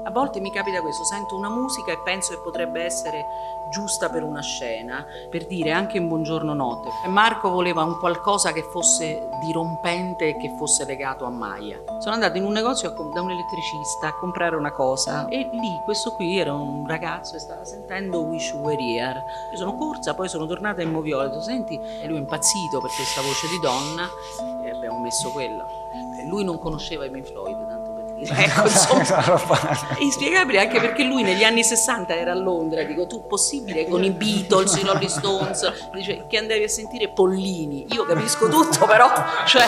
A volte mi capita questo, sento una musica e penso che potrebbe essere giusta per una scena, per dire anche in Buongiorno Notte. Marco voleva un qualcosa che fosse dirompente e che fosse legato a Maya. Sono andata in un negozio da un elettricista a comprare una cosa e lì questo qui era un ragazzo e stava sentendo Wish You Were Here. Io sono corsa, poi sono tornata in Moviola, ho detto senti, e lui è impazzito per questa voce di donna e abbiamo messo quello. Lui non conosceva i Pink Floyd, tanto per dire. Ecco, insomma, è inspiegabile anche perché lui negli anni 60 era a Londra, dico tu possibile con i Beatles, i Rolling Stones, dice che andavi a sentire Pollini, io capisco tutto però, cioè...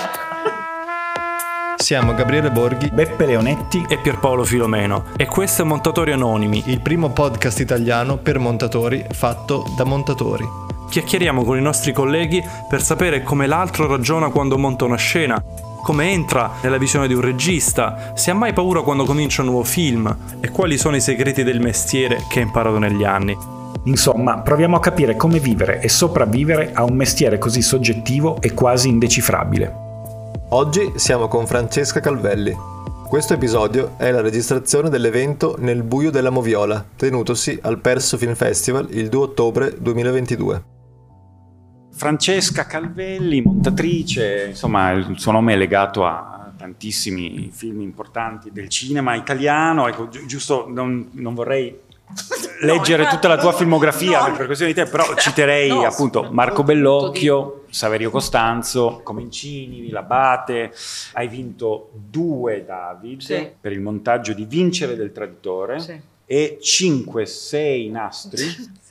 Siamo Gabriele Borghi, Beppe Leonetti e Pierpaolo Filomeno e questo è Montatori Anonimi, il primo podcast italiano per montatori fatto da montatori. Chiacchieriamo con i nostri colleghi per sapere come l'altro ragiona quando monta una scena, come entra nella visione di un regista, se ha mai paura quando comincia un nuovo film e quali sono i segreti del mestiere che ha imparato negli anni. Insomma, proviamo a capire come vivere e sopravvivere a un mestiere così soggettivo e quasi indecifrabile. Oggi siamo con Francesca Calvelli. Questo episodio è la registrazione dell'evento Nel buio della Moviola, tenutosi al Perso Film Festival il 2 ottobre 2022. Francesca Calvelli, montatrice, insomma il suo nome è legato a tantissimi film importanti del cinema italiano. Ecco, giusto, non vorrei leggere tutta la tua filmografia per questione di tempo, però citerei appunto Marco Bellocchio, Saverio Costanzo, Comencini, L'Abate. Hai vinto 2 David per il montaggio di Vincere del Traditore e 5-6 nastri,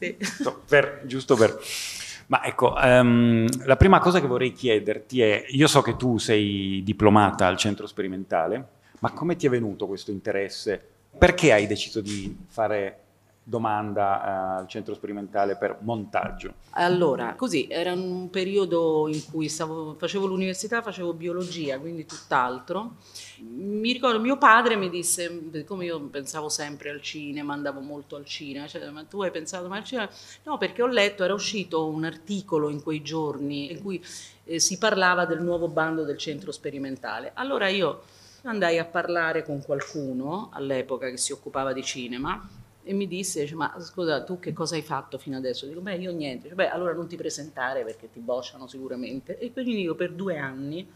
giusto per... Ma ecco, la prima cosa che vorrei chiederti è, io so che tu sei diplomata al centro sperimentale, ma come ti è venuto questo interesse? Perché hai deciso di fare domanda al centro sperimentale per montaggio? Allora, così, era un periodo in cui facevo l'università, facevo biologia, quindi tutt'altro. Mi ricordo mio padre mi disse, come io pensavo sempre al cinema, andavo molto al cinema, cioè, ma tu hai pensato mai al cinema? No, perché ho letto, era uscito un articolo in quei giorni in cui si parlava del nuovo bando del centro sperimentale. Allora io andai a parlare con qualcuno all'epoca che si occupava di cinema e mi disse, ma scusa, tu che cosa hai fatto fino adesso? Dico, io niente. Dice, allora non ti presentare perché ti bocciano sicuramente. E quindi io per 2 anni,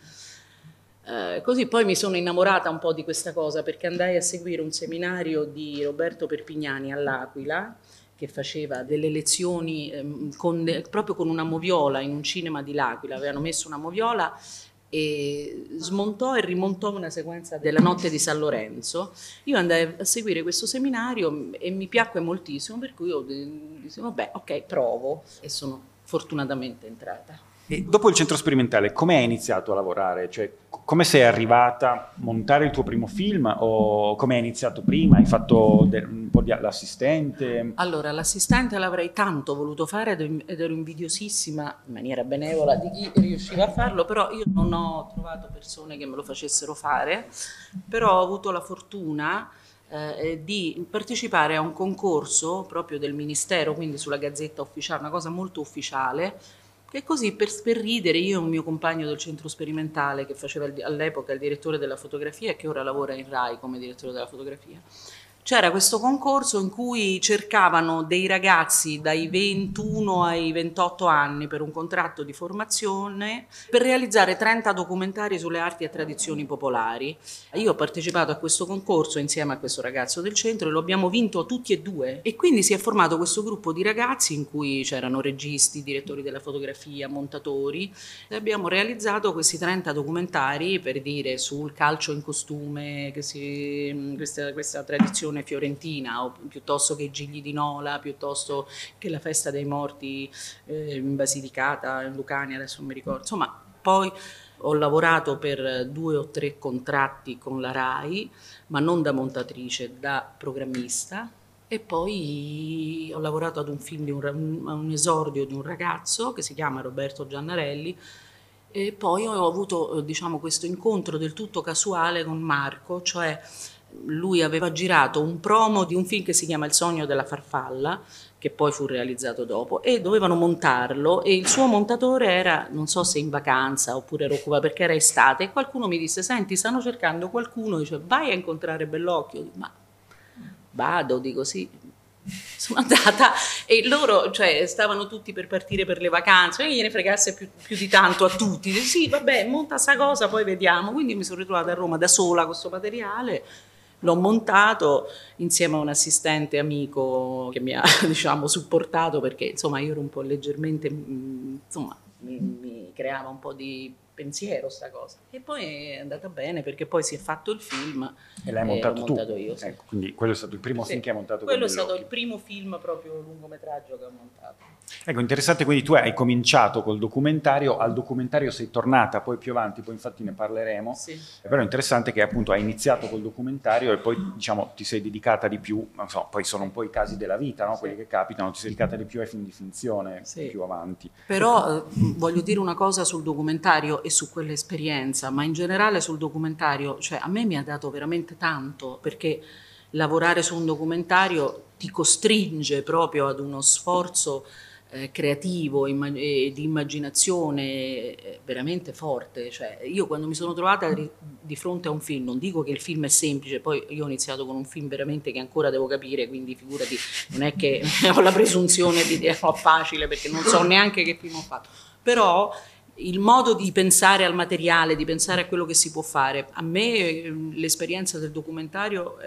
così poi mi sono innamorata un po' di questa cosa perché andai a seguire un seminario di Roberto Perpignani all'Aquila che faceva delle lezioni proprio con una moviola in un cinema di L'Aquila, avevano messo una moviola e smontò e rimontò una sequenza della Notte di San Lorenzo. Io andai a seguire questo seminario e mi piacque moltissimo, per cui io dissi vabbè, ok, provo e sono fortunatamente entrata. E dopo il centro sperimentale, come hai iniziato a lavorare? Cioè, come sei arrivata a montare il tuo primo film o come hai iniziato prima? Hai fatto un po' di l'assistente? Allora, l'assistente l'avrei tanto voluto fare ed ero invidiosissima, in maniera benevola, di chi riusciva a farlo, però io non ho trovato persone che me lo facessero fare, però ho avuto la fortuna di partecipare a un concorso proprio del Ministero, quindi sulla Gazzetta Ufficiale, una cosa molto ufficiale, che così per ridere io e un mio compagno del centro sperimentale che faceva all'epoca il direttore della fotografia e che ora lavora in Rai come direttore della fotografia, c'era questo concorso in cui cercavano dei ragazzi dai 21 ai 28 anni per un contratto di formazione per realizzare 30 documentari sulle arti e tradizioni popolari. Io ho partecipato a questo concorso insieme a questo ragazzo del centro e lo abbiamo vinto tutti e 2 e quindi si è formato questo gruppo di ragazzi in cui c'erano registi, direttori della fotografia, montatori e abbiamo realizzato questi 30 documentari per dire sul calcio in costume, questa tradizione fiorentina o piuttosto che i Gigli di Nola, piuttosto che la festa dei morti in Basilicata, in Lucania, adesso non mi ricordo. Insomma, poi ho lavorato per 2 o 3 contratti con la Rai, ma non da montatrice, da programmista. E poi ho lavorato ad un film, a un esordio di un ragazzo che si chiama Roberto Giannarelli. E poi ho avuto, diciamo, questo incontro del tutto casuale con Marco, cioè lui aveva girato un promo di un film che si chiama Il sogno della farfalla, che poi fu realizzato dopo, e dovevano montarlo e il suo montatore era, non so se in vacanza oppure era occupato perché era estate, e qualcuno mi disse, senti, stanno cercando qualcuno, dice, vai a incontrare Bellocchio, ma vado, dico sì. Sono andata e loro, cioè, stavano tutti per partire per le vacanze, non gliene fregasse più di tanto a tutti. Dice, sì, vabbè, monta sta cosa, poi vediamo. Quindi mi sono ritrovata a Roma da sola con questo materiale, l'ho montato insieme a un assistente amico che mi ha, diciamo, supportato, perché insomma io ero un po' leggermente, insomma, mi creava un po' di pensiero sta cosa. E poi è andata bene, perché poi si è fatto il film e l'hai montato l'ho tu. montato io. Sì. Ecco, quindi quello è stato il primo film che hai montato con Quello è Bellocchio. stato il primo film proprio lungometraggio che ho montato. Ecco, interessante, quindi tu hai cominciato col documentario, al documentario sei tornata poi più avanti, poi infatti ne parleremo, Sì. però è interessante che appunto hai iniziato col documentario e poi diciamo ti sei dedicata di più, non so, poi sono un po' i casi della vita, no? Quelli che capitano, ti sei dedicata di più ai film di finzione più avanti. Però voglio dire una cosa sul documentario e su quell'esperienza, ma in generale sul documentario, cioè a me mi ha dato veramente tanto, perché lavorare su un documentario ti costringe proprio ad uno sforzo creativo e di immaginazione veramente forte. Cioè, io quando mi sono trovata di fronte a un film, non dico che il film è semplice, poi io ho iniziato con un film veramente che ancora devo capire, quindi figurati, non è che ho la presunzione di dirlo facile, perché non so neanche che film ho fatto, però il modo di pensare al materiale, di pensare a quello che si può fare, a me l'esperienza del documentario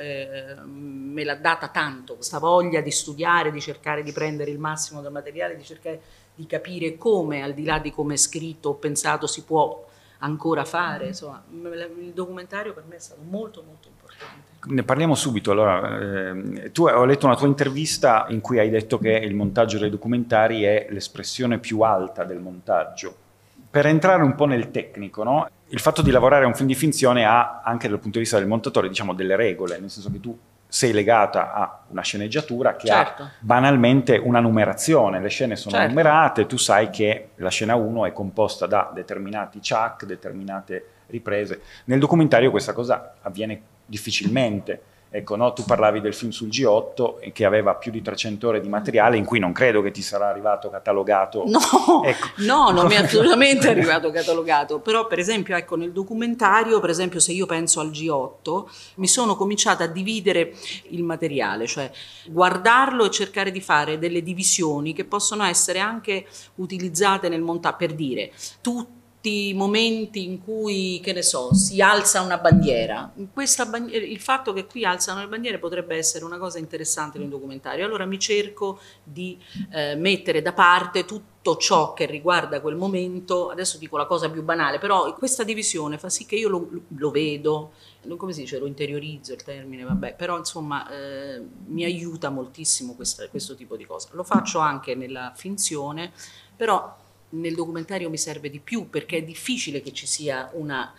me l'ha data tanto, questa voglia di studiare, di cercare di prendere il massimo dal materiale, di cercare di capire come, al di là di come è scritto o pensato, si può ancora fare. Insomma, il documentario per me è stato molto molto importante. Ne parliamo subito. Allora, tu ho letto una tua intervista in cui hai detto che il montaggio dei documentari è l'espressione più alta del montaggio. Per entrare un po' nel tecnico, no? Il fatto di lavorare a un film di finzione ha, anche dal punto di vista del montatore, diciamo, delle regole, nel senso che tu sei legata a una sceneggiatura che ha banalmente una numerazione, le scene sono numerate, tu sai che la scena 1 è composta da determinati chuck, determinate riprese. Nel documentario questa cosa avviene difficilmente. Ecco, no? Tu parlavi del film sul G8 che aveva più di 300 ore di materiale, in cui non credo che ti sarà arrivato catalogato. No, ecco. No, non mi è assolutamente arrivato catalogato, però per esempio ecco, nel documentario, per esempio se io penso al G8, mi sono cominciata a dividere il materiale, cioè guardarlo e cercare di fare delle divisioni che possono essere anche utilizzate nel montaggio, per dire, i momenti in cui, che ne so, si alza una bandiera. Il fatto che qui alzano le bandiere potrebbe essere una cosa interessante nel documentario. Allora mi cerco di mettere da parte tutto ciò che riguarda quel momento. Adesso dico la cosa più banale, però questa divisione fa sì che io lo vedo, come si dice, lo interiorizzo il termine, vabbè, però insomma mi aiuta moltissimo questo tipo di cosa. Lo faccio anche nella finzione, però nel documentario mi serve di più, perché è difficile che ci sia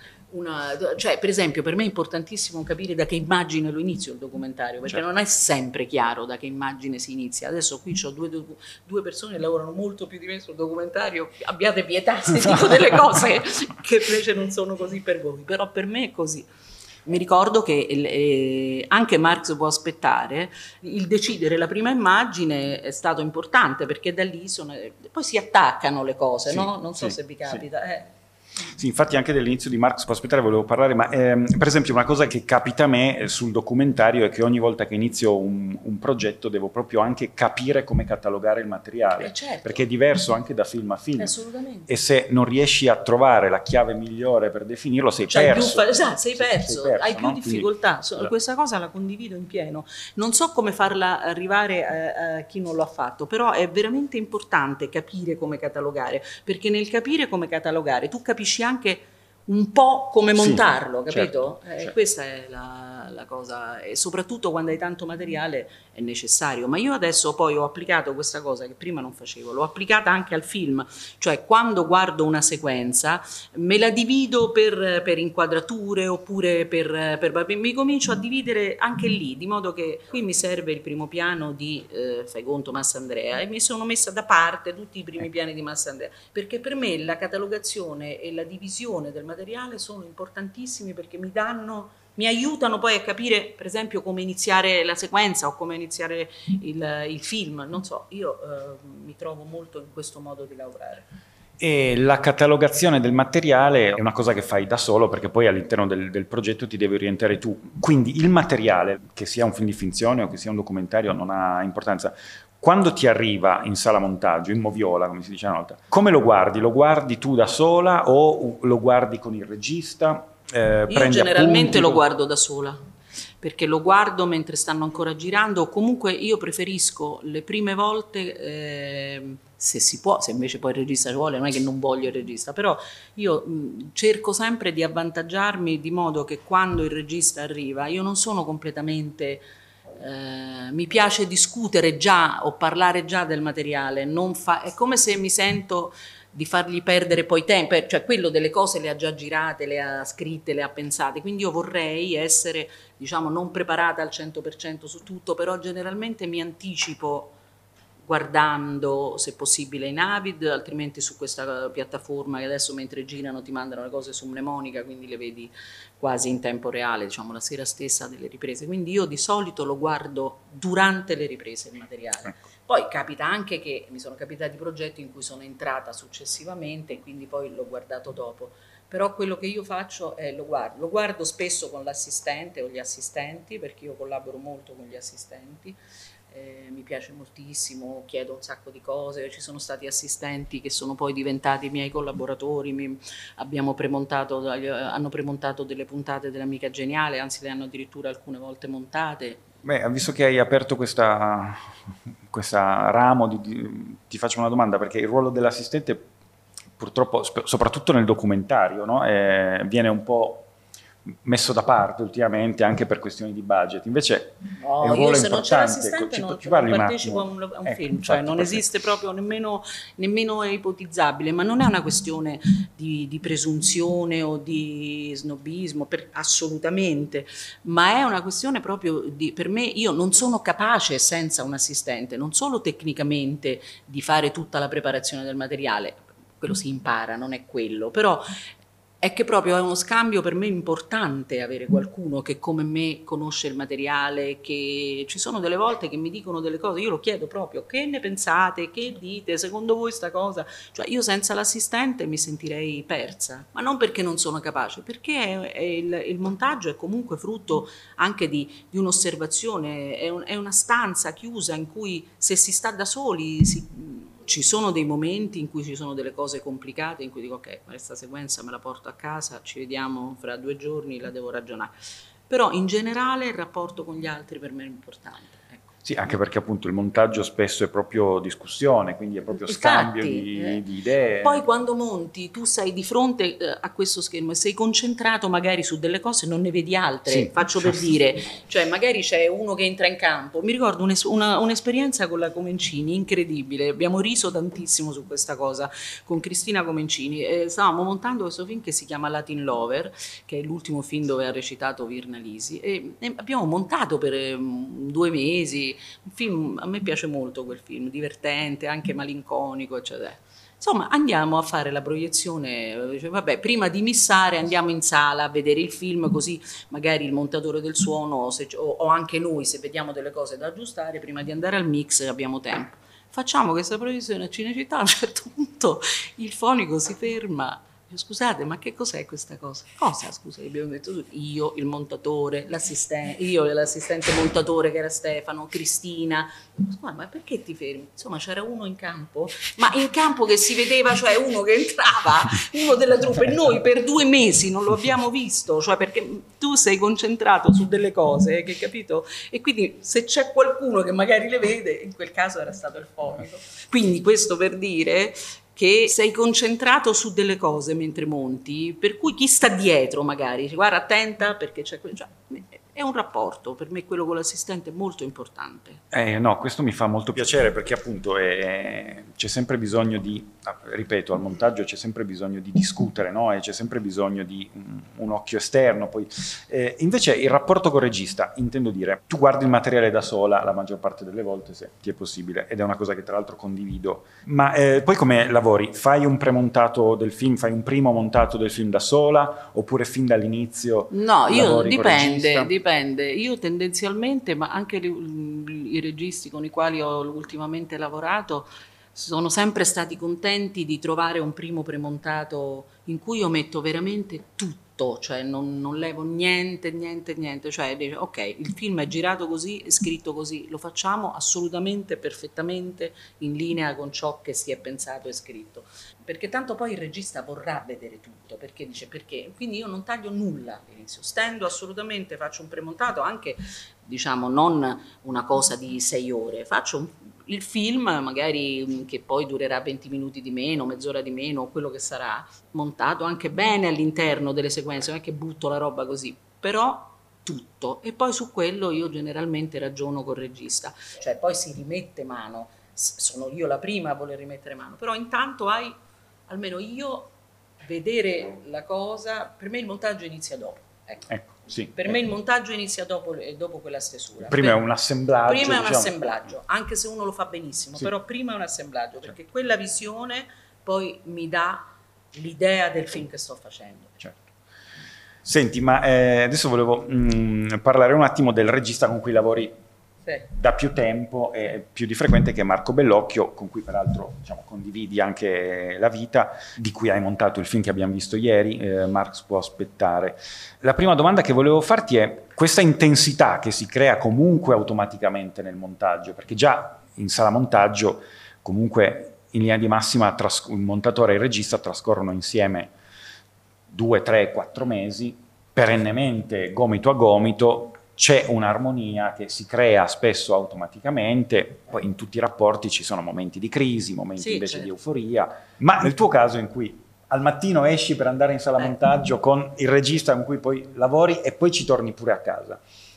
cioè per esempio per me è importantissimo capire da che immagine lo inizio il documentario, perché non è sempre chiaro da che immagine si inizia. Adesso qui ho due persone che lavorano molto più di me sul documentario, abbiate pietà se dico delle cose che invece non sono così per voi, però per me è così. Mi ricordo che anche Marx può aspettare, il decidere la prima immagine è stato importante, perché da lì poi si attaccano le cose, no? Non so se vi capita. Sì, infatti anche dell'inizio di Marx può aspettare volevo parlare, ma per esempio una cosa che capita a me sul documentario è che ogni volta che inizio un progetto devo proprio anche capire come catalogare il materiale, perché è diverso anche da film a film. Assolutamente. E se non riesci a trovare la chiave migliore per definirlo sei perso. Sei perso, hai più difficoltà. Quindi, questa cosa la condivido in pieno. Non so come farla arrivare a chi non lo ha fatto, però è veramente importante capire come catalogare, perché nel capire come catalogare tu capisci anche un po' come montarlo, capito? Certo. Questa è la cosa, e soprattutto quando hai tanto materiale è necessario. Ma io adesso poi ho applicato questa cosa che prima non facevo, l'ho applicata anche al film, cioè quando guardo una sequenza me la divido per inquadrature oppure mi comincio a dividere anche lì, di modo che qui mi serve il primo piano di fai conto Massandrea, e mi sono messa da parte tutti i primi piani di Massandrea, perché per me la catalogazione e la divisione del materiale sono importantissimi, perché mi aiutano poi a capire per esempio come iniziare la sequenza o come iniziare il film. Non so, io mi trovo molto in questo modo di lavorare. E la catalogazione del materiale è una cosa che fai da solo, perché poi all'interno del progetto ti devi orientare tu. Quindi il materiale, che sia un film di finzione o che sia un documentario, non ha importanza. Quando ti arriva in sala montaggio, in moviola, come si dice una volta, come lo guardi? Lo guardi tu da sola o lo guardi con il regista? Io generalmente lo guardo da sola, perché lo guardo mentre stanno ancora girando, o comunque io preferisco le prime volte, se si può, se invece poi il regista ci vuole, non è che non voglio il regista, però io cerco sempre di avvantaggiarmi di modo che quando il regista arriva io non sono completamente... mi piace discutere già o parlare già del materiale, è come se mi sento di fargli perdere poi tempo, cioè quello delle cose le ha già girate, le ha scritte, le ha pensate, quindi io vorrei essere, diciamo, non preparata al 100% su tutto, però generalmente mi anticipo guardando, se possibile, in Avid, altrimenti su questa piattaforma che adesso mentre girano ti mandano le cose su Mnemonica, quindi le vedi quasi in tempo reale, diciamo la sera stessa delle riprese, quindi io di solito lo guardo durante le riprese il materiale. Poi capita anche che mi sono capitati progetti in cui sono entrata successivamente e quindi poi l'ho guardato dopo, però quello che io faccio è lo guardo spesso con l'assistente o gli assistenti, perché io collaboro molto con gli assistenti. Mi piace moltissimo, chiedo un sacco di cose, ci sono stati assistenti che sono poi diventati miei collaboratori, hanno premontato delle puntate dell'Amica Geniale, anzi le hanno addirittura alcune volte montate. Beh, visto che hai aperto questa ramo, ti faccio una domanda, perché il ruolo dell'assistente purtroppo, soprattutto nel documentario, no? Viene un po' messo da parte ultimamente anche per questioni di budget, invece è un ruolo io se non c'è importante. l'assistente non partecipo a un film, cioè non esiste proprio nemmeno è ipotizzabile, ma non è una questione di presunzione o di snobismo, assolutamente, ma è una questione proprio per me, io non sono capace senza un assistente, non solo tecnicamente di fare tutta la preparazione del materiale, quello si impara, non è quello, però è che proprio è uno scambio per me importante avere qualcuno che come me conosce il materiale, che ci sono delle volte che mi dicono delle cose, io lo chiedo proprio, che ne pensate, che dite, secondo voi sta cosa? Cioè io senza l'assistente mi sentirei persa, ma non perché non sono capace, perché il montaggio è comunque frutto anche di un'osservazione, è una stanza chiusa in cui se si sta da soli ci sono dei momenti in cui ci sono delle cose complicate, in cui dico ok, questa sequenza me la porto a casa, ci vediamo fra 2 giorni, la devo ragionare. Però in generale il rapporto con gli altri per me è importante. Ecco. Sì, anche perché appunto il montaggio spesso è proprio discussione, quindi è proprio scambio di idee. Poi quando monti tu sei di fronte a questo schermo e sei concentrato magari su delle cose, non ne vedi altre, sì, faccio per dire, cioè magari c'è uno che entra in campo, mi ricordo un'esperienza con la Comencini incredibile, abbiamo riso tantissimo su questa cosa con Cristina Comencini, stavamo montando questo film che si chiama Latin Lover, che è l'ultimo film dove ha recitato Virna Lisi e abbiamo montato per 2 mesi, un film, a me piace molto quel film, divertente, anche malinconico, eccetera. Insomma, andiamo a fare la proiezione, dice, vabbè, prima di missare andiamo in sala a vedere il film, così magari il montatore del suono o anche noi, se vediamo delle cose da aggiustare, prima di andare al mix abbiamo tempo. Facciamo questa proiezione a Cinecittà, a un certo punto il fonico si ferma. Scusate, ma che cos'è questa cosa? Cosa, scusa, abbiamo detto io, il montatore, io e l'assistente montatore che era Stefano, Cristina. Scusa, ma perché ti fermi? Insomma, c'era uno in campo, ma in campo che si vedeva, cioè uno che entrava, uno della troupe, e noi per 2 mesi non lo abbiamo visto, cioè perché tu sei concentrato su delle cose, che capito? E quindi se c'è qualcuno che magari le vede, in quel caso era stato il fonico. Quindi questo per dire che sei concentrato su delle cose mentre monti, per cui chi sta dietro magari, guarda attenta perché c'è cioè, è un rapporto, per me quello con l'assistente è molto importante. No, questo mi fa molto piacere perché appunto c'è sempre bisogno ripeto, al montaggio c'è sempre bisogno di discutere, no? E c'è sempre bisogno di un occhio esterno. Poi, invece il rapporto col regista, intendo dire, tu guardi il materiale da sola la maggior parte delle volte, se ti è possibile, ed è una cosa che tra l'altro condivido, ma poi come lavori? Fai un premontato del film, fai un primo montato del film da sola, oppure fin dall'inizio? No, io dipende, io tendenzialmente, ma anche i registi con i quali ho ultimamente lavorato, sono sempre stati contenti di trovare un primo premontato in cui io metto veramente tutto, cioè non levo niente, cioè dice, ok, il film è girato così, è scritto così, lo facciamo assolutamente, perfettamente in linea con ciò che si è pensato e scritto, perché tanto poi il regista vorrà vedere tutto, perché dice perché, quindi io non taglio nulla all'inizio, stendo assolutamente, faccio un premontato anche, diciamo, non una cosa di 6 ore, faccio il film magari che poi durerà 20 minuti di meno, mezz'ora di meno, quello che sarà, montato anche bene all'interno delle sequenze, non è che butto la roba così, però tutto. E poi su quello io generalmente ragiono col regista, cioè poi si rimette mano, sono io la prima a voler rimettere mano, però intanto hai, almeno io, vedere la cosa, per me il montaggio inizia dopo. Ecco. Sì, per me il montaggio inizia dopo quella stesura. Prima è un assemblaggio. Prima è un assemblaggio, anche se uno lo fa benissimo, sì, però prima è un assemblaggio, perché quella visione poi mi dà l'idea del film che sto facendo. Certo. Senti, ma adesso volevo parlare un attimo del regista con cui lavori da più tempo e più di frequente, che è Marco Bellocchio, con cui peraltro, diciamo, condividi anche la vita, di cui hai montato il film che abbiamo visto ieri, Marx può aspettare. La prima domanda che volevo farti è questa intensità che si crea comunque automaticamente nel montaggio, perché già in sala montaggio comunque in linea di massima il montatore e il regista trascorrono insieme 2, 3, 4 mesi, perennemente gomito a gomito. C'è un'armonia che si crea spesso automaticamente, poi in tutti i rapporti ci sono momenti di crisi, momenti invece di euforia, ma nel tuo caso in cui al mattino esci per andare in sala montaggio con il regista con cui poi lavori e poi ci torni pure a casa,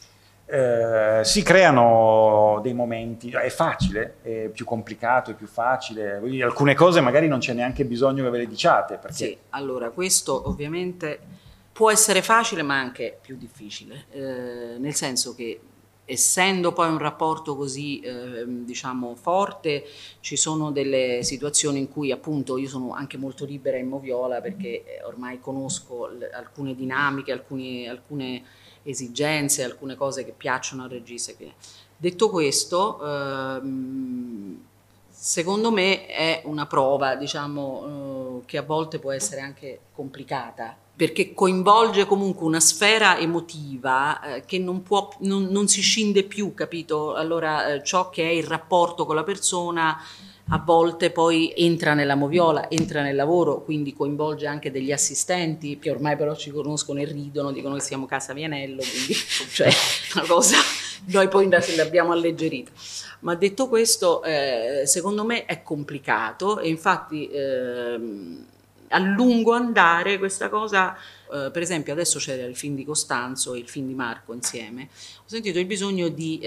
si creano dei momenti, è facile, è più complicato, è più facile, alcune cose magari non c'è neanche bisogno che ve le diciate. Perché... Sì, allora questo ovviamente... può essere facile ma anche più difficile, nel senso che essendo poi un rapporto così diciamo forte, ci sono delle situazioni in cui appunto io sono anche molto libera in Moviola, perché ormai conosco alcune dinamiche, alcune esigenze, alcune cose che piacciono al regista. Detto questo, secondo me è una prova, diciamo, che a volte può essere anche complicata, perché coinvolge comunque una sfera emotiva che non si scinde più, capito? Allora ciò che è il rapporto con la persona a volte poi entra nella Moviola, entra nel lavoro, quindi coinvolge anche degli assistenti che ormai però ci conoscono e ridono, dicono che siamo Casa Vianello, quindi cioè una cosa, noi poi l'abbiamo alleggerita. Ma detto questo, secondo me è complicato e infatti a lungo andare questa cosa, per esempio adesso c'era il film di Costanzo e il film di Marco insieme, ho sentito il bisogno di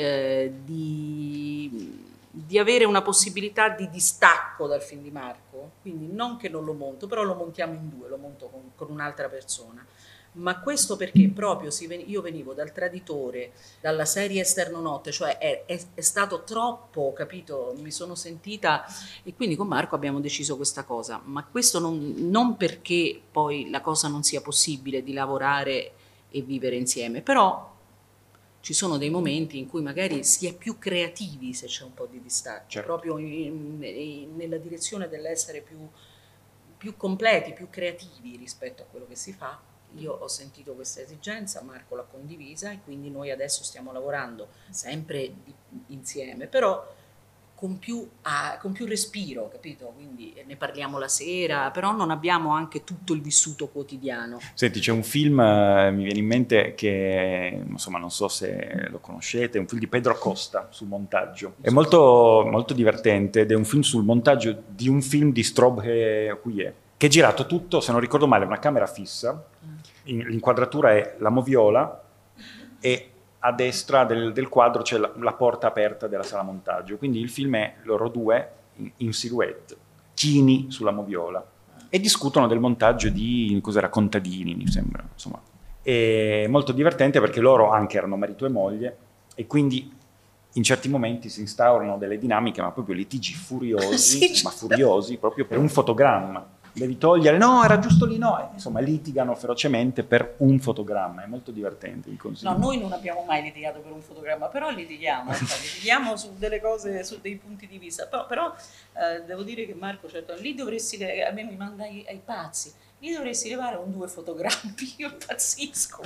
avere una possibilità di distacco dal film di Marco, quindi non che non lo monto, però lo montiamo in due, lo monto con un'altra persona. Ma questo perché proprio io venivo dal Traditore, dalla serie Esterno Notte, cioè è stato troppo, capito? Mi sono sentita, e quindi con Marco abbiamo deciso questa cosa, ma questo non perché poi la cosa non sia possibile di lavorare e vivere insieme, però ci sono dei momenti in cui magari si è più creativi se c'è un po' di distacco, certo, proprio nella direzione dell'essere più completi, più creativi rispetto a quello che si fa. Io ho sentito questa esigenza, Marco l'ha condivisa e quindi noi adesso stiamo lavorando sempre insieme, però con più respiro, capito? Quindi ne parliamo la sera, però non abbiamo anche tutto il vissuto quotidiano. Senti, c'è un film, mi viene in mente, che insomma non so se lo conoscete, è un film di Pedro Costa sul montaggio. È molto, molto divertente ed è un film sul montaggio di un film di Strobe Huye, che è girato tutto, se non ricordo male, una camera fissa, l'inquadratura è la Moviola e a destra del quadro c'è la porta aperta della sala montaggio, quindi il film è loro due in silhouette, chini sulla Moviola, e discutono del montaggio di, cos'era, Contadini, mi sembra, insomma. È molto divertente perché loro anche erano marito e moglie e quindi in certi momenti si instaurano delle dinamiche, ma proprio litigi furiosi, sì, ma furiosi, proprio per un fotogramma. devi togliere, no, era giusto lì, no. E, insomma, litigano ferocemente per un fotogramma, è molto divertente, vi consiglio. No, noi non abbiamo mai litigato per un fotogramma, però litighiamo, litighiamo su delle cose, su dei punti di vista. Però devo dire che Marco, certo, lì dovresti, a me mi manda ai pazzi, lì dovresti levare un 2 fotogrammi, io impazzisco.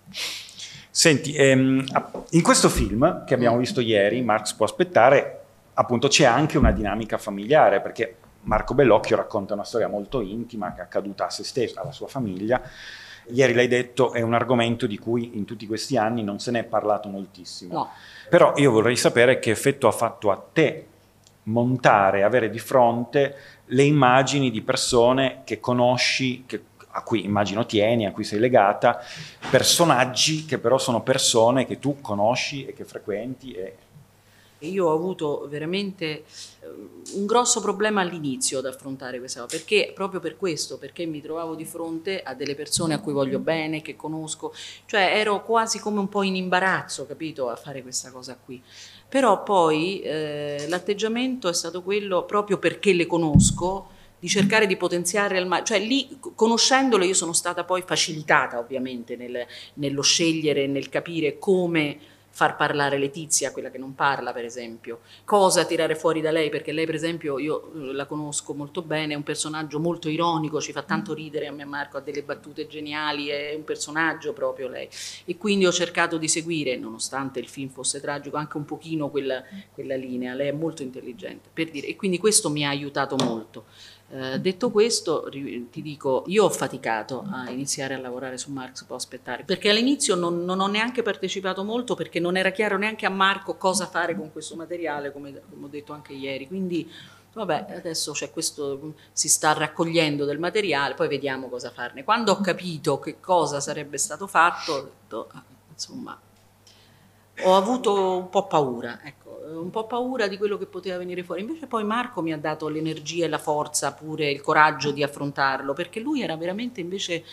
Senti, in questo film che abbiamo visto ieri, Marx può aspettare, appunto c'è anche una dinamica familiare, perché Marco Bellocchio racconta una storia molto intima che è accaduta a se stesso, alla sua famiglia. Ieri l'hai detto, è un argomento di cui in tutti questi anni non se ne è parlato moltissimo. No. Però io vorrei sapere che effetto ha fatto a te montare, avere di fronte le immagini di persone che conosci, a cui immagino tieni, a cui sei legata, personaggi che però sono persone che tu conosci e che frequenti. Io ho avuto veramente un grosso problema all'inizio ad affrontare questa cosa, perché proprio per questo, perché mi trovavo di fronte a delle persone a cui voglio bene, che conosco, cioè ero quasi come un po' in imbarazzo, capito, a fare questa cosa qui. Però poi l'atteggiamento è stato quello, proprio perché le conosco, di cercare di potenziare al massimo, cioè lì conoscendole io sono stata poi facilitata ovviamente nello scegliere, nel capire come far parlare Letizia, quella che non parla per esempio, cosa tirare fuori da lei, perché lei per esempio io la conosco molto bene, è un personaggio molto ironico, ci fa tanto ridere a me Marco, ha delle battute geniali, è un personaggio proprio lei, e quindi ho cercato di seguire, nonostante il film fosse tragico, anche un pochino quella linea, lei è molto intelligente, per dire, e quindi questo mi ha aiutato molto. Detto questo, ti dico, io ho faticato a iniziare a lavorare su Marx può aspettare, perché all'inizio non ho neanche partecipato molto, perché non era chiaro neanche a Marco cosa fare con questo materiale, come ho detto anche ieri, quindi vabbè, adesso c'è questo, si sta raccogliendo del materiale, poi vediamo cosa farne. Quando ho capito che cosa sarebbe stato fatto, ho detto, insomma, ho avuto un po' paura, ecco, un po' paura di quello che poteva venire fuori. Invece poi Marco mi ha dato l'energia e la forza, pure il coraggio di affrontarlo, perché lui era veramente invece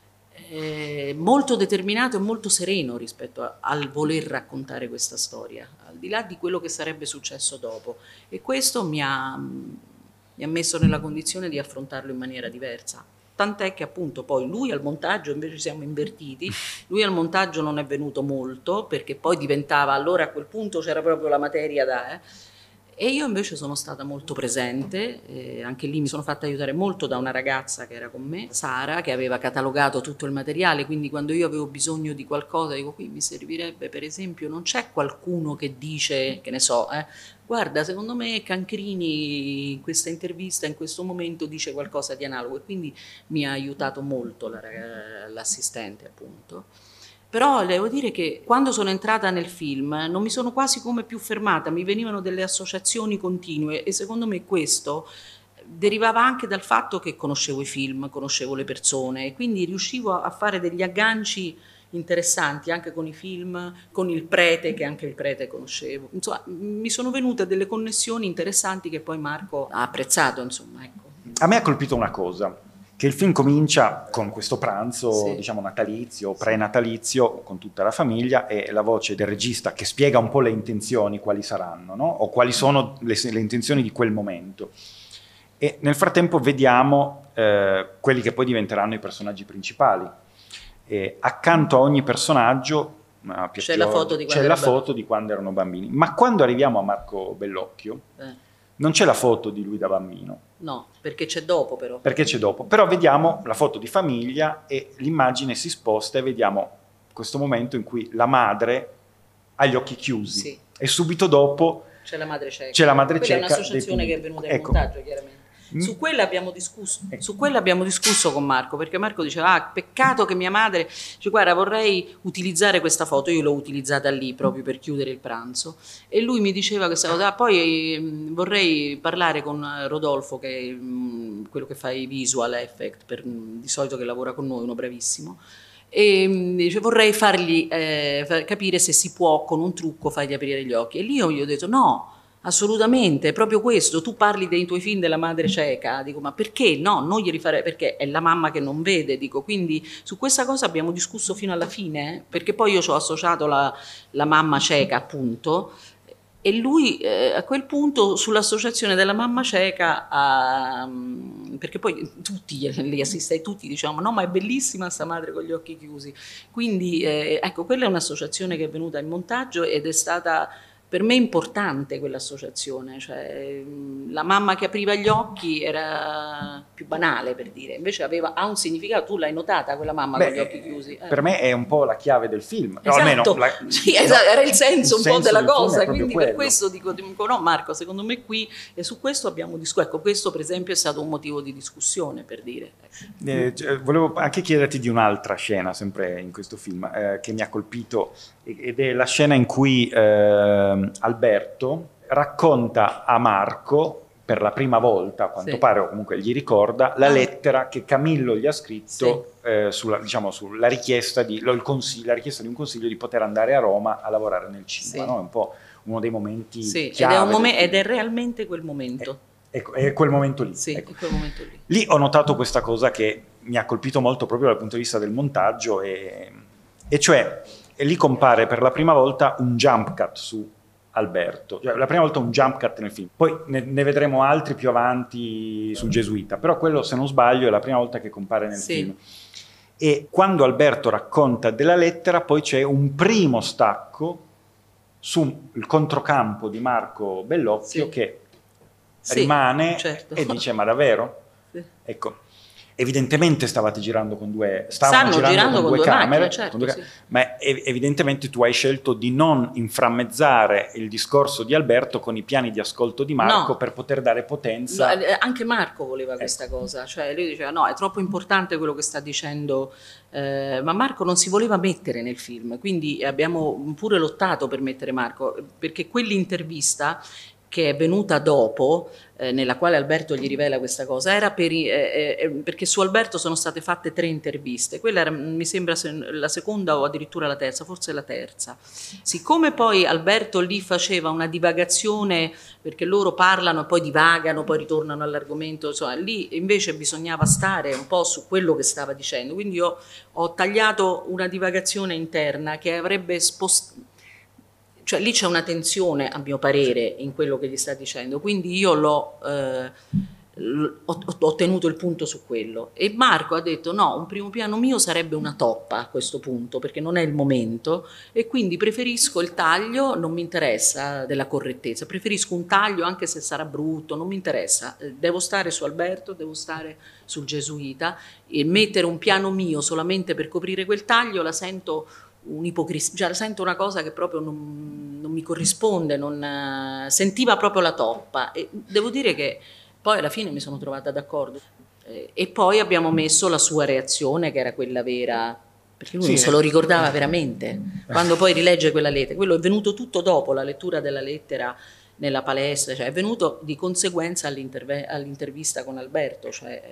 molto determinato e molto sereno rispetto al voler raccontare questa storia, al di là di quello che sarebbe successo dopo. E questo mi ha messo nella condizione di affrontarlo in maniera diversa. Tant'è che appunto poi lui al montaggio, invece siamo invertiti, lui al montaggio non è venuto molto, perché poi diventava, allora a quel punto c'era proprio la materia da... E io invece sono stata molto presente, anche lì mi sono fatta aiutare molto da una ragazza che era con me, Sara, che aveva catalogato tutto il materiale, quindi quando io avevo bisogno di qualcosa, dico qui mi servirebbe per esempio, non c'è qualcuno che dice, che ne so, guarda secondo me Cancrini in questa intervista, in questo momento dice qualcosa di analogo, e quindi mi ha aiutato molto l'assistente appunto. Però devo dire che quando sono entrata nel film non mi sono quasi come più fermata, mi venivano delle associazioni continue, e secondo me questo derivava anche dal fatto che conoscevo i film, conoscevo le persone, e quindi riuscivo a fare degli agganci interessanti anche con i film, con il prete, che anche il prete conoscevo. Insomma, mi sono venute delle connessioni interessanti che poi Marco ha apprezzato, insomma, ecco. A me ha colpito una cosa, che il film comincia con questo pranzo, sì, diciamo natalizio, prenatalizio, con tutta la famiglia, e la voce del regista che spiega un po' le intenzioni, quali saranno, no? O quali sono le intenzioni di quel momento. E nel frattempo vediamo quelli che poi diventeranno i personaggi principali. E accanto a ogni personaggio c'è la foto di quando erano bambini. Ma quando arriviamo a Marco Bellocchio, non c'è la foto di lui da bambino. No, perché c'è dopo però. Perché c'è dopo. Però vediamo la foto di famiglia e l'immagine si sposta e vediamo questo momento in cui la madre ha gli occhi chiusi. Sì. E subito dopo c'è la madre cieca. C'è la madre Quella cieca. È un'associazione che è venuta in montaggio, chiaramente. Su quella abbiamo discusso con Marco, perché Marco diceva peccato che mia madre dice guarda vorrei utilizzare questa foto, io l'ho utilizzata lì proprio per chiudere il pranzo, e lui mi diceva questa cosa, poi vorrei parlare con Rodolfo, che è quello che fa i visual effect, di solito che lavora con noi, uno bravissimo, e dice vorrei fargli capire se si può con un trucco fargli aprire gli occhi, e lì io gli ho detto no, assolutamente, è proprio questo, tu parli dei tuoi film della madre cieca, dico ma perché no, non glieli farei, perché è la mamma che non vede, dico, quindi su questa cosa abbiamo discusso fino alla fine, perché poi io ci ho associato la mamma cieca appunto, E lui a quel punto sull'associazione della mamma cieca, perché poi tutti li assistai, tutti diciamo no ma è bellissima sta madre con gli occhi chiusi, quindi ecco quella è un'associazione che è venuta in montaggio ed è stata per me importante quell'associazione, cioè la mamma che apriva gli occhi era più banale per dire, invece ha un significato, tu l'hai notata quella mamma con gli occhi chiusi? Per me è un po' la chiave del film. Esatto, almeno sì, era il senso un po' della cosa, quindi quello. per questo dico no Marco, secondo me qui e su questo abbiamo discusso, ecco questo per esempio è stato un motivo di discussione per dire. Volevo anche chiederti di un'altra scena sempre in questo film che mi ha colpito ed è la scena in cui Alberto racconta a Marco per la prima volta, a quanto pare, o comunque gli ricorda, la lettera che Camillo gli ha scritto sulla richiesta di un consiglio di poter andare a Roma a lavorare nel cinema. No? È un po' uno dei momenti chiave. Ed è realmente quel momento. È quel momento lì. Sì, ecco. è quel momento lì. Lì ho notato questa cosa che mi ha colpito molto proprio dal punto di vista del montaggio, e cioè lì compare per la prima volta un jump cut su Alberto, cioè la prima volta un jump cut nel film, poi ne vedremo altri più avanti sul Gesuita, però quello se non sbaglio è la prima volta che compare nel film. E quando Alberto racconta della lettera poi c'è un primo stacco sul controcampo di Marco Bellocchio che rimane e dice ma davvero? Sì. Ecco, evidentemente stavano girando con due camere, macchine, ma evidentemente tu hai scelto di non inframmezzare il discorso di Alberto con i piani di ascolto di Marco per poter dare potenza. No, anche Marco voleva questa cosa, cioè lui diceva no, è troppo importante quello che sta dicendo, ma Marco non si voleva mettere nel film, quindi abbiamo pure lottato per mettere Marco, perché quell'intervista che è venuta dopo, nella quale Alberto gli rivela questa cosa, era perché su Alberto sono state fatte 3 interviste, quella era, mi sembra la seconda o addirittura la terza, forse la terza. Siccome poi Alberto lì faceva una divagazione, perché loro parlano e poi divagano, poi ritornano all'argomento, insomma, lì invece bisognava stare un po' su quello che stava dicendo, quindi io ho tagliato una divagazione interna che avrebbe spostato. Cioè lì c'è una tensione, a mio parere, in quello che gli sta dicendo, quindi io ho tenuto il punto su quello. E Marco ha detto no, un primo piano mio sarebbe una toppa a questo punto, perché non è il momento, e quindi preferisco il taglio, non mi interessa della correttezza, preferisco un taglio anche se sarà brutto, non mi interessa, devo stare su Alberto, devo stare sul Gesuita, e mettere un piano mio solamente per coprire quel taglio la sento un'ipocrisia, cioè sento una cosa che proprio non mi corrisponde, sentiva proprio la toppa, e devo dire che poi alla fine mi sono trovata d'accordo, e poi abbiamo messo la sua reazione che era quella vera, perché lui non se lo ricordava veramente, quando poi rilegge quella lettera, quello è venuto tutto dopo la lettura della lettera nella palestra, cioè è venuto di conseguenza all'intervista con Alberto, cioè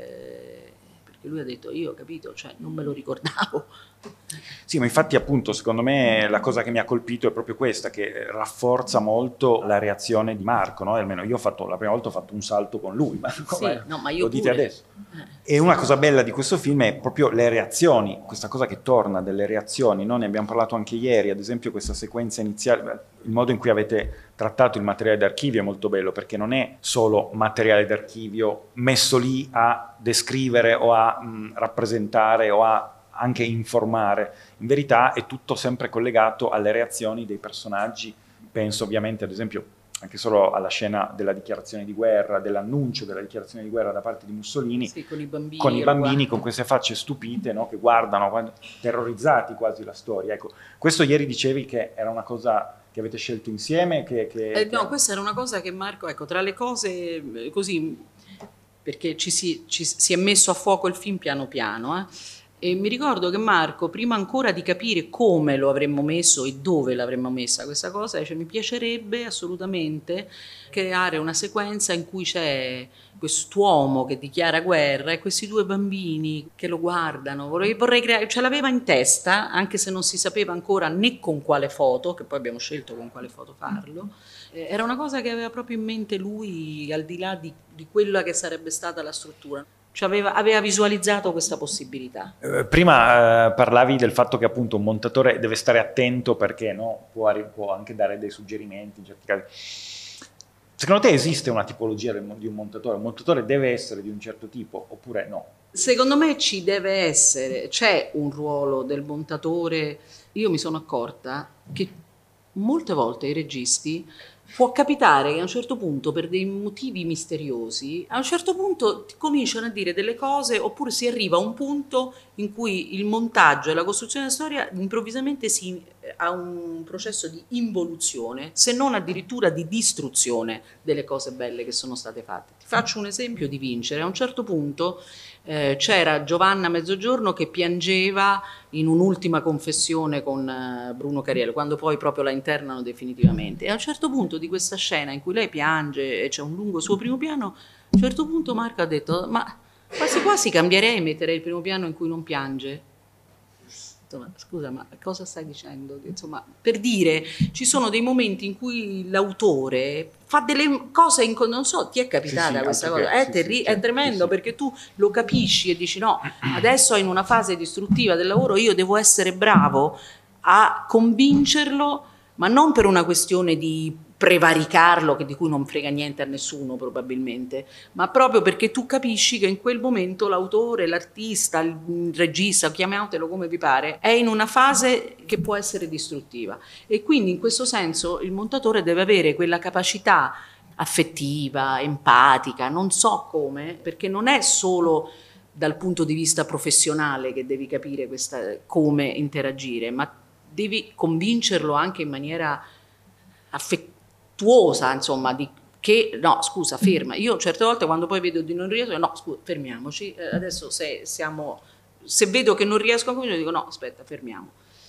perché lui ha detto io ho capito, cioè non me lo ricordavo. Sì, ma infatti appunto secondo me la cosa che mi ha colpito è proprio questa, che rafforza molto la reazione di Marco, no? Almeno io la prima volta ho fatto un salto con lui, ma ma io lo dite pure. adesso. E una cosa bella di questo film è proprio le reazioni, questa cosa che torna delle reazioni, no? Ne abbiamo parlato anche ieri, ad esempio questa sequenza iniziale, il modo in cui avete trattato il materiale d'archivio è molto bello, perché non è solo materiale d'archivio messo lì a descrivere o a rappresentare o a anche informare, in verità è tutto sempre collegato alle reazioni dei personaggi. Penso ovviamente ad esempio anche solo alla scena della dichiarazione di guerra, dell'annuncio della dichiarazione di guerra da parte di Mussolini, con i bambini con queste facce stupite, no? Che guardano terrorizzati quasi la storia. Ecco, questo ieri dicevi che era una cosa che avete scelto insieme? No, questa era una cosa che Marco, ecco, tra le cose così, perché ci si è messo a fuoco il film piano piano, e mi ricordo che Marco, prima ancora di capire come lo avremmo messo e dove l'avremmo messa questa cosa, mi piacerebbe assolutamente creare una sequenza in cui c'è quest'uomo che dichiara guerra e questi 2 bambini che lo guardano. Vorrei creare, ce l'aveva in testa, anche se non si sapeva ancora né con quale foto, che poi abbiamo scelto con quale foto farlo. Era una cosa che aveva proprio in mente lui, al di là di quella che sarebbe stata la struttura. aveva visualizzato questa possibilità. Prima parlavi del fatto che appunto un montatore deve stare attento perché no, può anche dare dei suggerimenti in certi casi. Secondo te esiste una tipologia di un montatore? Un montatore deve essere di un certo tipo oppure no? Secondo me ci deve essere, c'è un ruolo del montatore. Io mi sono accorta che molte volte i registi può capitare che a un certo punto, per dei motivi misteriosi, a un certo punto cominciano a dire delle cose, oppure si arriva a un punto in cui il montaggio e la costruzione della storia improvvisamente ha un processo di involuzione, se non addirittura di distruzione delle cose belle che sono state fatte. Ti faccio un esempio di Vincere. A un certo punto c'era Giovanna Mezzogiorno che piangeva in un'ultima confessione con Bruno Cariello, quando poi proprio la internano definitivamente. E a un certo punto di questa scena in cui lei piange e c'è un lungo suo primo piano, a un certo punto Marco ha detto: ma quasi quasi cambierei, metterei il primo piano in cui non piange. Insomma, scusa, ma cosa stai dicendo? Insomma, per dire, ci sono dei momenti in cui l'autore fa delle cose, non so, ti è capitata questa cosa? È tremendo, perché tu lo capisci e dici no, adesso in una fase distruttiva del lavoro io devo essere bravo a convincerlo, ma non per una questione di prevaricarlo, di cui non frega niente a nessuno probabilmente, ma proprio perché tu capisci che in quel momento l'autore, l'artista, il regista, chiamatelo come vi pare, è in una fase che può essere distruttiva, e quindi in questo senso il montatore deve avere quella capacità affettiva, empatica, non so come, perché non è solo dal punto di vista professionale che devi capire come interagire, ma devi convincerlo anche in maniera affettiva, insomma, no, scusa, ferma. Io certe volte quando poi vedo di non riesco, no, scusa, fermiamoci, adesso se vedo che non riesco a convincere, dico no, aspetta, fermiamo.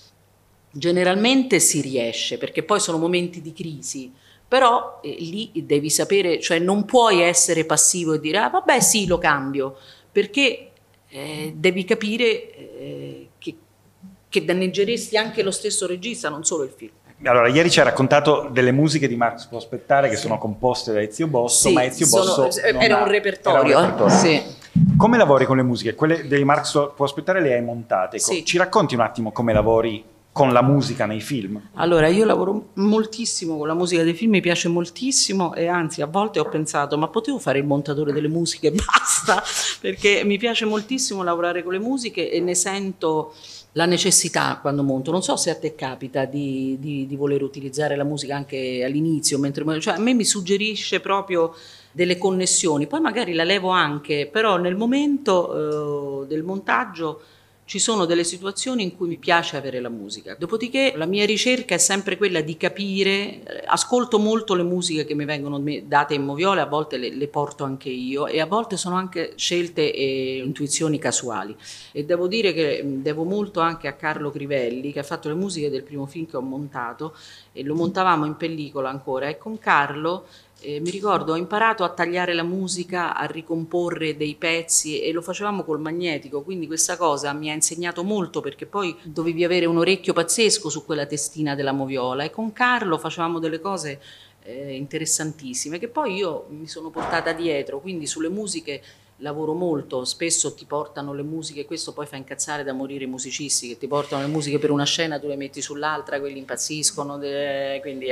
Generalmente si riesce, perché poi sono momenti di crisi, però lì devi sapere, cioè non puoi essere passivo e dire ah vabbè sì, lo cambio, perché devi capire che danneggeresti anche lo stesso regista, non solo il film. Allora, ieri ci ha raccontato delle musiche di Marx Può Aspettare che sono composte da Ezio Bosso, sì, ma Ezio Bosso era un repertorio. Sì. Come lavori con le musiche? Quelle dei Marx Può Aspettare le hai montate. Sì. Ci racconti un attimo come lavori con la musica nei film? Allora, io lavoro moltissimo con la musica dei film, mi piace moltissimo, e anzi a volte ho pensato ma potevo fare il montatore delle musiche e basta, perché mi piace moltissimo lavorare con le musiche e ne sento la necessità quando monto. Non so se a te capita di voler utilizzare la musica anche all'inizio, cioè a me mi suggerisce proprio delle connessioni, poi magari la levo anche, però nel momento del montaggio ci sono delle situazioni in cui mi piace avere la musica. Dopodiché la mia ricerca è sempre quella di capire, ascolto molto le musiche che mi vengono date in Moviola, a volte le porto anche io, e a volte sono anche scelte e intuizioni casuali. E devo dire che devo molto anche a Carlo Crivelli, che ha fatto le musiche del primo film che ho montato, e lo montavamo in pellicola ancora, e con Carlo mi ricordo, ho imparato a tagliare la musica, a ricomporre dei pezzi, e lo facevamo col magnetico, quindi questa cosa mi ha insegnato molto, perché poi dovevi avere un orecchio pazzesco su quella testina della Moviola, e con Carlo facevamo delle cose interessantissime che poi io mi sono portata dietro, quindi sulle musiche lavoro molto. Spesso ti portano le musiche, questo poi fa incazzare da morire i musicisti, che ti portano le musiche per una scena, tu le metti sull'altra, quelli impazziscono, quindi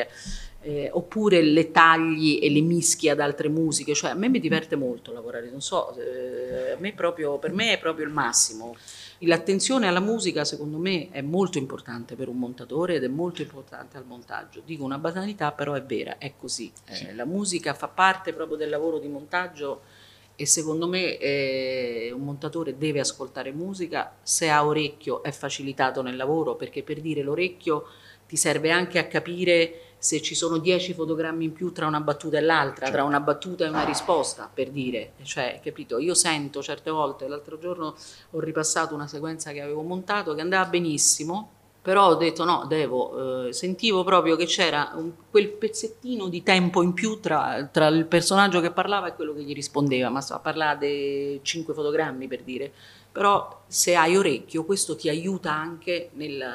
oppure le tagli e le mischi ad altre musiche, cioè a me mi diverte molto lavorare, non so, per me è proprio il massimo. L'attenzione alla musica secondo me è molto importante per un montatore ed è molto importante al montaggio. Dico una banalità, però è vera, è così. Sì. La musica fa parte proprio del lavoro di montaggio, e secondo me un montatore deve ascoltare musica. Se ha orecchio è facilitato nel lavoro, perché per dire l'orecchio ti serve anche a capire se ci sono 10 fotogrammi in più tra una battuta e l'altra, certo, tra una battuta e una risposta, per dire, cioè, capito? Io sento certe volte, l'altro giorno ho ripassato una sequenza che avevo montato che andava benissimo, però ho detto no, sentivo proprio che c'era quel pezzettino di tempo in più tra il personaggio che parlava e quello che gli rispondeva, ma a parlare di 5 fotogrammi, per dire. Però se hai orecchio questo ti aiuta anche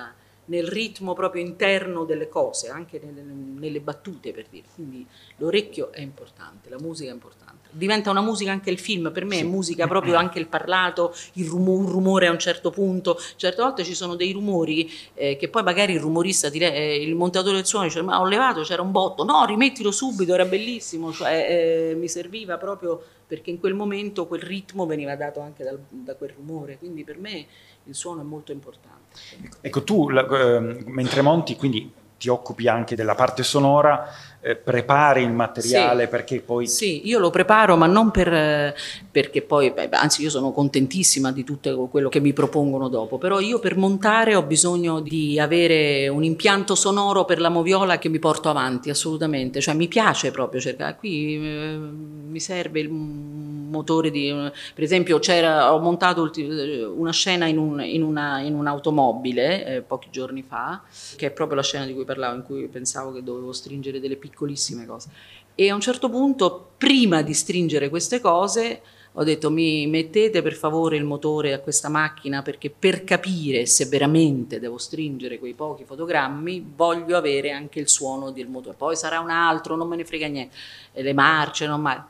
nel ritmo proprio interno delle cose, anche nelle battute, per dire. Quindi l'orecchio è importante, la musica è importante. Diventa una musica anche il film, per me è musica proprio anche il parlato, un rumore a un certo punto. Certe volte ci sono dei rumori che poi magari il rumorista, il montatore del suono dice ma ho levato, c'era un botto, no, rimettilo subito, era bellissimo, cioè mi serviva proprio perché in quel momento quel ritmo veniva dato anche da quel rumore, quindi per me il suono è molto importante. Ecco, tu mentre monti, quindi ti occupi anche della parte sonora, prepari il materiale perché poi... Sì, io lo preparo, ma non perché poi, anzi io sono contentissima di tutto quello che mi propongono dopo, però io per montare ho bisogno di avere un impianto sonoro per la moviola che mi porto avanti, assolutamente, cioè mi piace proprio cercare, qui mi serve il motore per esempio ho montato una scena in un'automobile pochi giorni fa, che è proprio la scena di cui parlavo, in cui pensavo che dovevo stringere delle piccolissime cose, e a un certo punto, prima di stringere queste cose, ho detto mi mettete per favore il motore a questa macchina, perché per capire se veramente devo stringere quei pochi fotogrammi voglio avere anche il suono del motore, poi sarà un altro, non me ne frega niente, le marce,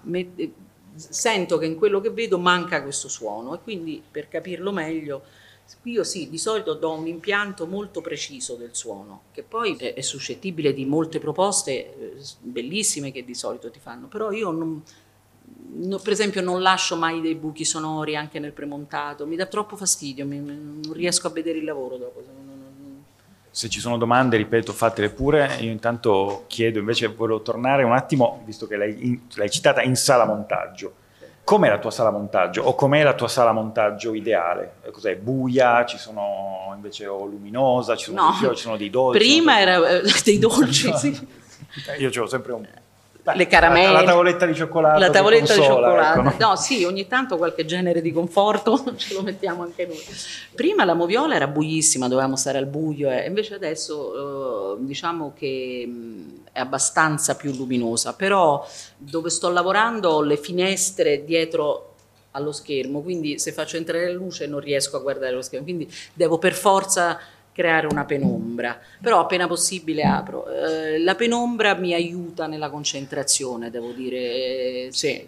sento che in quello che vedo manca questo suono, e quindi per capirlo meglio io sì, di solito do un impianto molto preciso del suono, che poi è suscettibile di molte proposte bellissime che di solito ti fanno, però io per esempio non lascio mai dei buchi sonori anche nel premontato, mi dà troppo fastidio, non riesco a vedere il lavoro dopo. Se ci sono domande, ripeto, fatele pure. Io intanto chiedo, invece volevo tornare un attimo, visto che l'hai citata, in sala montaggio. Com'è la tua sala montaggio? O com'è la tua sala montaggio ideale? Cos'è? Buia? Ci sono invece luminosa? Ci sono dei fiori? Ci sono dei dolci? Prima era dei dolci, sì. Io c'avevo sempre le caramelle, la tavoletta di cioccolato, la tavoletta di cioccolato, ecco, no? No, sì, ogni tanto qualche genere di conforto ce lo mettiamo anche noi. Prima la moviola era buissima, dovevamo stare al buio, invece adesso diciamo che è abbastanza più luminosa, però dove sto lavorando ho le finestre dietro allo schermo, quindi se faccio entrare la luce non riesco a guardare lo schermo, quindi devo per forza creare una penombra, però appena possibile apro. La penombra mi aiuta nella concentrazione, devo dire, sì.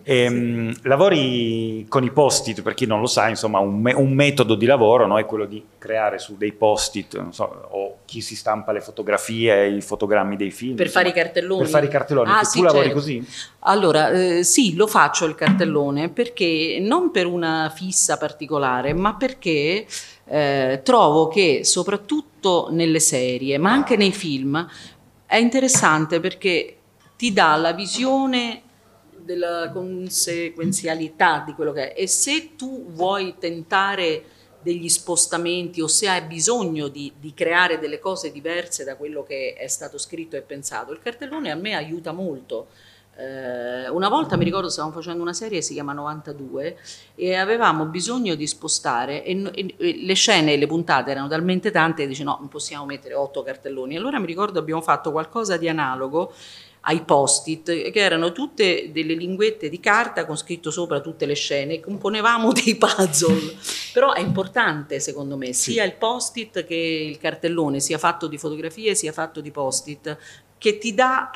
Lavori con i post-it, per chi non lo sa, insomma un metodo di lavoro, no, è quello di creare su dei post-it, non so, o chi si stampa le fotografie, i fotogrammi dei film. Per fare i cartelloni? Per fare i cartelloni, tu sì, lavori certo. Così? Allora, sì, lo faccio il cartellone, perché non per una fissa particolare, ma perché trovo che soprattutto nelle serie, ma anche nei film, è interessante perché ti dà la visione della conseguenzialità di quello che è, e se tu vuoi tentare degli spostamenti o se hai bisogno di creare delle cose diverse da quello che è stato scritto e pensato, il cartellone a me aiuta molto. Una volta mi ricordo stavamo facendo una serie che si chiama 92 e avevamo bisogno di spostare e le scene e le puntate erano talmente tante che dice no, non possiamo mettere 8 cartelloni. Allora mi ricordo abbiamo fatto qualcosa di analogo ai post-it, che erano tutte delle linguette di carta con scritto sopra tutte le scene, componevamo dei puzzle. Però è importante secondo me sia il post-it che il cartellone, sia fatto di fotografie sia fatto di post-it, che ti dà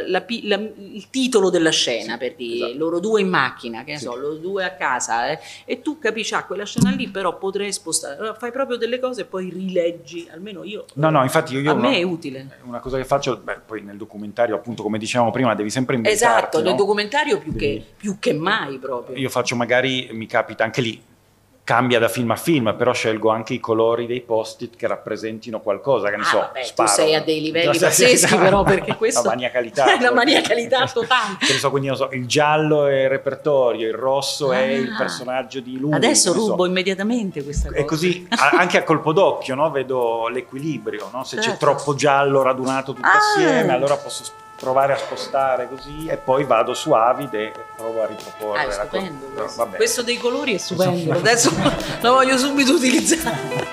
il titolo della scena, per dire, esatto. Loro due in macchina, che ne so, loro due a casa, e tu capisci, quella scena lì però potrei spostare, allora fai proprio delle cose e poi rileggi, almeno io. No, infatti io a me è utile. Una cosa che faccio, poi nel documentario, appunto, come dicevamo prima, devi sempre inventarti. Esatto, nel documentario più che mai proprio. Io faccio, magari mi capita anche lì, cambia da film a film, però scelgo anche i colori dei post-it che rappresentino qualcosa, che ne so, vabbè, tu sei a dei livelli pazzeschi, però, perché questo la maniacalità è una maniacalità totale. Che ne so, quindi non so, il giallo è il repertorio, il rosso è il personaggio di lui. Adesso rubo immediatamente questa cosa. E così, anche a colpo d'occhio, no? Vedo l'equilibrio, no? Se c'è troppo giallo radunato tutto assieme, allora posso provare a spostare così e poi vado su Avid e provo a riproporre è stupendo la cosa. No, questo dei colori è stupendo, adesso lo voglio subito utilizzare.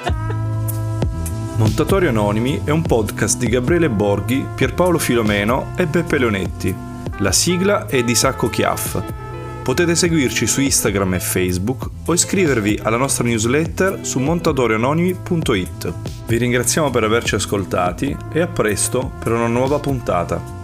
Montatori Anonimi è un podcast di Gabriele Borghi, Pierpaolo Filomeno e Beppe Leonetti. La sigla è di Sacco Chiaff. Potete seguirci su Instagram e Facebook o iscrivervi alla nostra newsletter su montatorianonimi.it. Vi ringraziamo per averci ascoltati e a presto per una nuova puntata.